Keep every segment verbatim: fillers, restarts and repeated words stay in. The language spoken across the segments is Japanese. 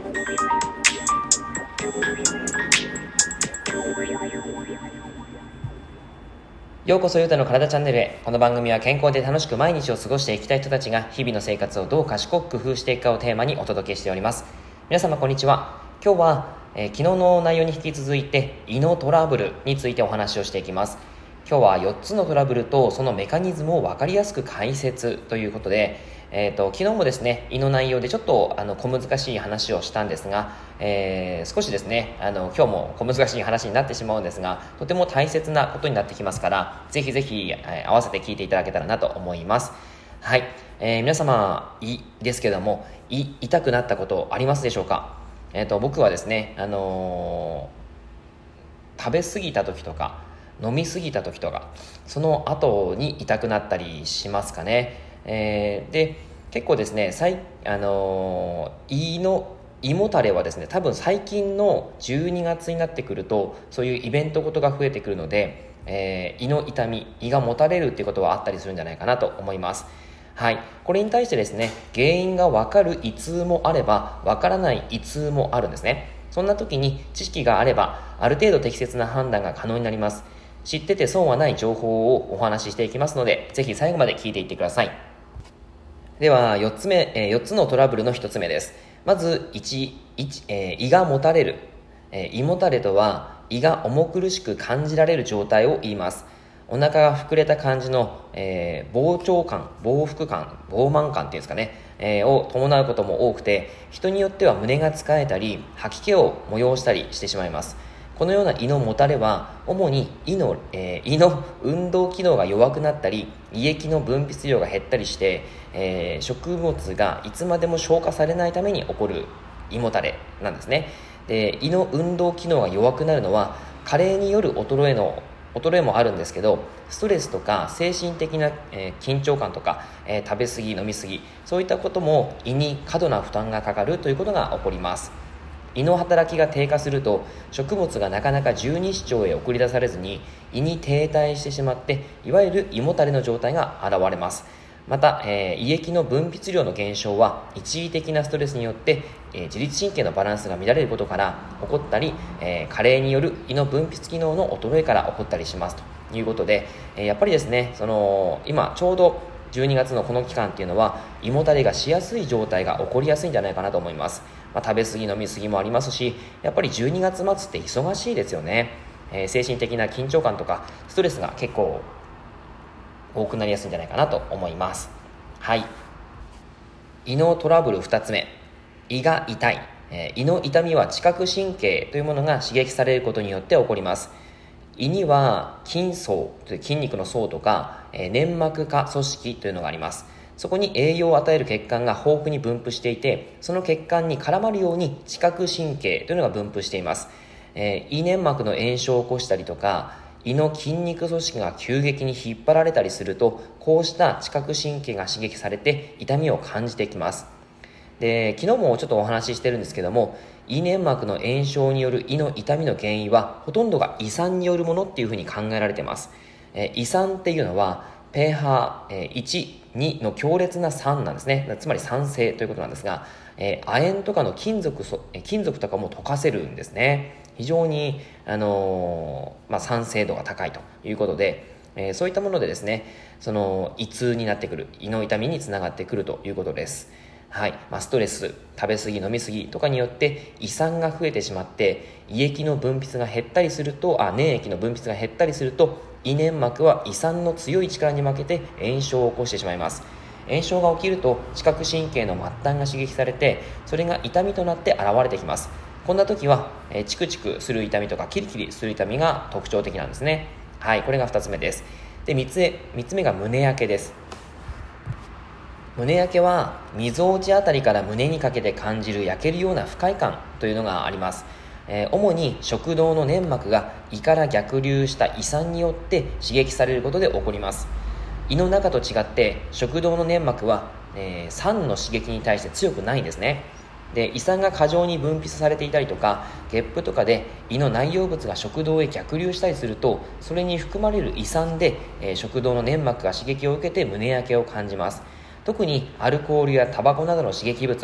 ようこそゆうたの体チャンネルへ。この番組は健康で楽しく毎日を過ごしていきたい人たちが日々の生活をどう賢く工夫していくかをテーマにお届けしております。皆様こんにちは。今日は、えー、昨日の内容に引き続いて胃のトラブルについてお話をしていきます。今日はよっつのトラブルとそのメカニズムを分かりやすく解説ということで、えーと、昨日もですね胃の内容でちょっとあの小難しい話をしたんですが、えー、少しですねあの今日も小難しい話になってしまうんですが、とても大切なことになってきますから、ぜひぜひ、えー、合わせて聞いていただけたらなと思います。はい、えー、皆様胃ですけども、胃痛くなったことありますでしょうか？えーと、僕はですね、あのー、食べ過ぎた時とか飲み過ぎた時とかその後に痛くなったりしますかね。えー、で結構ですね、さい、あのー、胃の胃もたれはですね、多分最近のじゅうにがつになってくるとそういうイベントごとが増えてくるので、えー、胃の痛み、胃がもたれるっていうことはあったりするんじゃないかなと思います。はい、これに対してですね、原因が分かる胃痛もあれば分からない胃痛もあるんですね。そんな時に知識があればある程度適切な判断が可能になります。知ってて損はない情報をお話ししていきますので、ぜひ最後まで聞いていってください。ではよっつめ、えー、よっつのトラブルのひとつめです。まず いち、いちえー、胃がもたれる、えー、胃もたれとは胃が重苦しく感じられる状態を言います。お腹が膨れた感じの、えー、膨張感、膨腹感、膨満感っていうんですかね、えー、を伴うことも多くて、人によっては胸が疲れたり吐き気を催したりしてしまいます。このような胃のもたれは主に胃の、えー、胃の運動機能が弱くなったり胃液の分泌量が減ったりして、えー、食物がいつまでも消化されないために起こる胃もたれなんですね。で、胃の運動機能が弱くなるのは加齢による衰えの衰えもあるんですけど、ストレスとか精神的な、えー、緊張感とか、えー、食べ過ぎ飲み過ぎ、そういったことも胃に過度な負担がかかるということが起こります。胃の働きが低下すると食物がなかなか十二指腸へ送り出されずに胃に停滞してしまって、いわゆる胃もたれの状態が現れます。また、えー、胃液の分泌量の減少は一時的なストレスによって、えー、自律神経のバランスが乱れることから起こったり、えー、加齢による胃の分泌機能の衰えから起こったりしますということで、えー、やっぱりですね、その今ちょうどじゅうにがつのこの期間っていうのは胃もたれがしやすい状態が起こりやすいんじゃないかなと思います。まあ、食べ過ぎ飲み過ぎもありますし、やっぱりじゅうにがつ末って忙しいですよね。えー、精神的な緊張感とかストレスが結構多くなりやすいんじゃないかなと思います。はい、胃のトラブルふたつめ、胃が痛い、えー、胃の痛みは知覚神経というものが刺激されることによって起こります。胃には筋層、筋肉の層とか、えー、粘膜下組織というのがあります。そこに栄養を与える血管が豊富に分布していて、その血管に絡まるように知覚神経というのが分布しています。えー、胃粘膜の炎症を起こしたりとか、胃の筋肉組織が急激に引っ張られたりすると、こうした知覚神経が刺激されて痛みを感じてきます。で、昨日もちょっとお話ししてるんですけども、胃粘膜の炎症による胃の痛みの原因はほとんどが胃酸によるものっていうふうに考えられています。えー、胃酸っていうのは ペーハーいち、にの強烈な酸なんですね。つまり酸性ということなんですが、えー、亜鉛とかの金属金属とかも溶かせるんですね。非常に、あのーまあ、酸性度が高いということで、えー、そういったものでですね、その胃痛になってくる、胃の痛みにつながってくるということです。はい、まあ、ストレス、食べ過ぎ飲み過ぎとかによって胃酸が増えてしまって胃液の分泌が減ったりするとあ粘液の分泌が減ったりすると、胃粘膜は胃酸の強い力に負けて炎症を起こしてしまいます。炎症が起きると知覚神経の末端が刺激されて、それが痛みとなって現れてきます。こんな時は、えー、チクチクする痛みとかキリキリする痛みが特徴的なんですね。はい、これがふたつめです。で、みっつめ、みっつめが胸焼けです。胸焼けはみぞおちあたりから胸にかけて感じる焼けるような不快感というのがあります。えー、主に食道の粘膜が胃から逆流した胃酸によって刺激されることで起こります。胃の中と違って食道の粘膜は、えー、酸の刺激に対して強くないんですね。で、胃酸が過剰に分泌されていたりとか、ゲップとかで胃の内容物が食道へ逆流したりすると、それに含まれる胃酸で、えー、食道の粘膜が刺激を受けて胸焼けを感じます。特にアルコールやタバコなどの刺激物、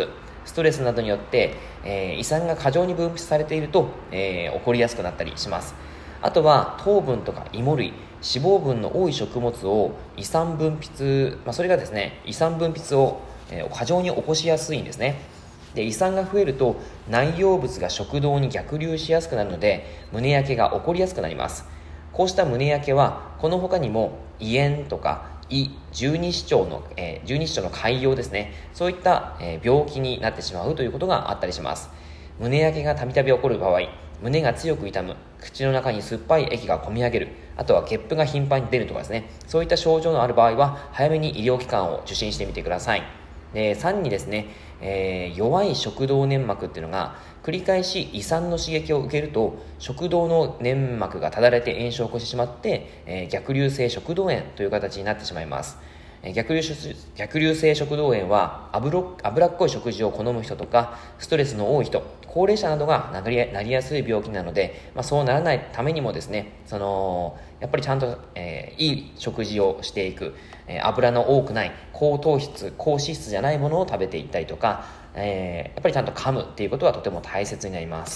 ストレスなどによって、えー、胃酸が過剰に分泌されていると、えー、起こりやすくなったりします。あとは糖分とか芋類、脂肪分の多い食物を胃酸分泌、まあ、それがですね胃酸分泌を、えー、過剰に起こしやすいんですね。で胃酸が増えると内容物が食道に逆流しやすくなるので胸焼けが起こりやすくなります。こうした胸焼けはこの他にも胃炎とか胃十二指腸の、えー、十二指腸の潰瘍ですね、そういった、えー、病気になってしまうということがあったりします。胸焼けがたびたび起こる場合、胸が強く痛む、口の中に酸っぱい液がこみ上げる、あとはゲップが頻繁に出るとかですね、そういった症状のある場合は早めに医療機関を受診してみてください。でさらにですね、えー、弱い食道粘膜っていうのが繰り返し胃酸の刺激を受けると食道の粘膜がただれて炎症を起こしてしまって、えー、逆流性食道炎という形になってしまいます。逆流逆流性食道炎は 脂, 脂っこい食事を好む人とかストレスの多い人、高齢者などがなりなりやすい病気なので、まあ、そうならないためにもですね、そのやっぱりちゃんと、えー、いい食事をしていく、えー、油の多くない高糖質高脂質じゃないものを食べていったりとか、えー、やっぱりちゃんと噛むっていうことはとても大切になります。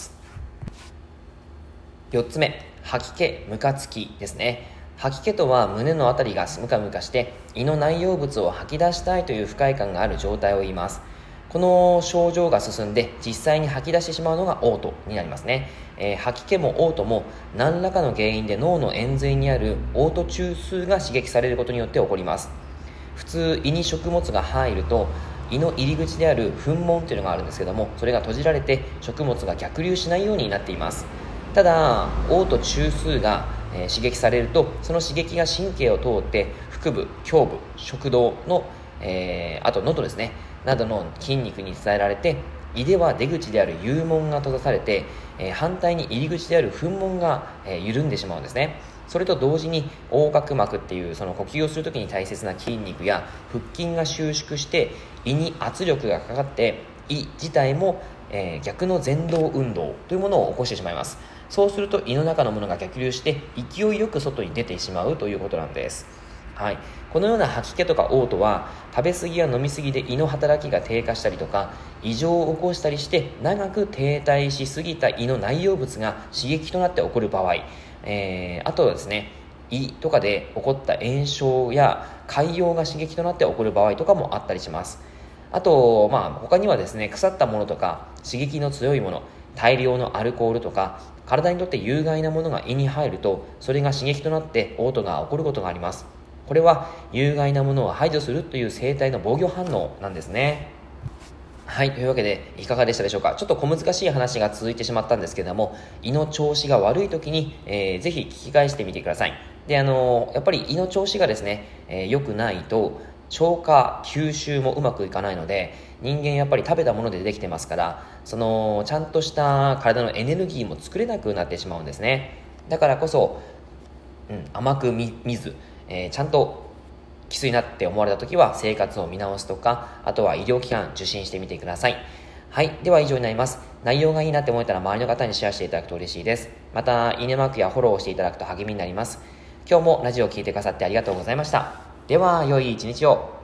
よっつめ、吐き気ムカつきですね。吐き気とは胸のあたりがムカムカして胃の内容物を吐き出したいという不快感がある状態を言います。この症状が進んで実際に吐き出してしまうのが嘔吐になりますね。えー、吐き気も嘔吐も何らかの原因で脳の延髄にある嘔吐中枢が刺激されることによって起こります。普通胃に食物が入ると胃の入り口である糞門というのがあるんですけども、それが閉じられて食物が逆流しないようになっています。ただ嘔吐中枢がえー、刺激されるとその刺激が神経を通って腹部、胸部、食道の、えー、あと喉ですねなどの筋肉に伝えられて胃では出口である幽門が閉ざされて、えー、反対に入り口である糞門が、えー、緩んでしまうんですね。それと同時に横隔膜っていうその呼吸をするときに大切な筋肉や腹筋が収縮して胃に圧力がかかって胃自体も、えー、逆の前動運動というものを起こしてしまいます。そうすると胃の中のものが逆流して勢いよく外に出てしまうということなんです。はい、このような吐き気とか嘔吐は食べ過ぎや飲み過ぎで胃の働きが低下したりとか異常を起こしたりして長く停滞しすぎた胃の内容物が刺激となって起こる場合、えー、あとはですね胃とかで起こった炎症や潰瘍が刺激となって起こる場合とかもあったりします。あと、まあ、他にはですね腐ったものとか刺激の強いもの、大量のアルコールとか体にとって有害なものが胃に入るとそれが刺激となって嘔吐が起こることがあります。これは有害なものを排除するという生体の防御反応なんですね。はい、というわけでいかがでしたでしょうか。ちょっと小難しい話が続いてしまったんですけれども、胃の調子が悪い時に、えー、ぜひ聞き返してみてください。で、あのー、やっぱり胃の調子がですね、えー、良くないと消化吸収もうまくいかないので、人間やっぱり食べたものでできてますから、そのちゃんとした体のエネルギーも作れなくなってしまうんですね。だからこそ、うん、甘く見ず、えー、ちゃんときついなって思われた時は生活を見直すとか、あとは医療機関受診してみてください。はい、では以上になります。内容がいいなって思えたら周りの方にシェアしていただくと嬉しいです。またいいねマークやフォローをしていただくと励みになります。今日もラジオを聞いてくださってありがとうございました。では良い一日を。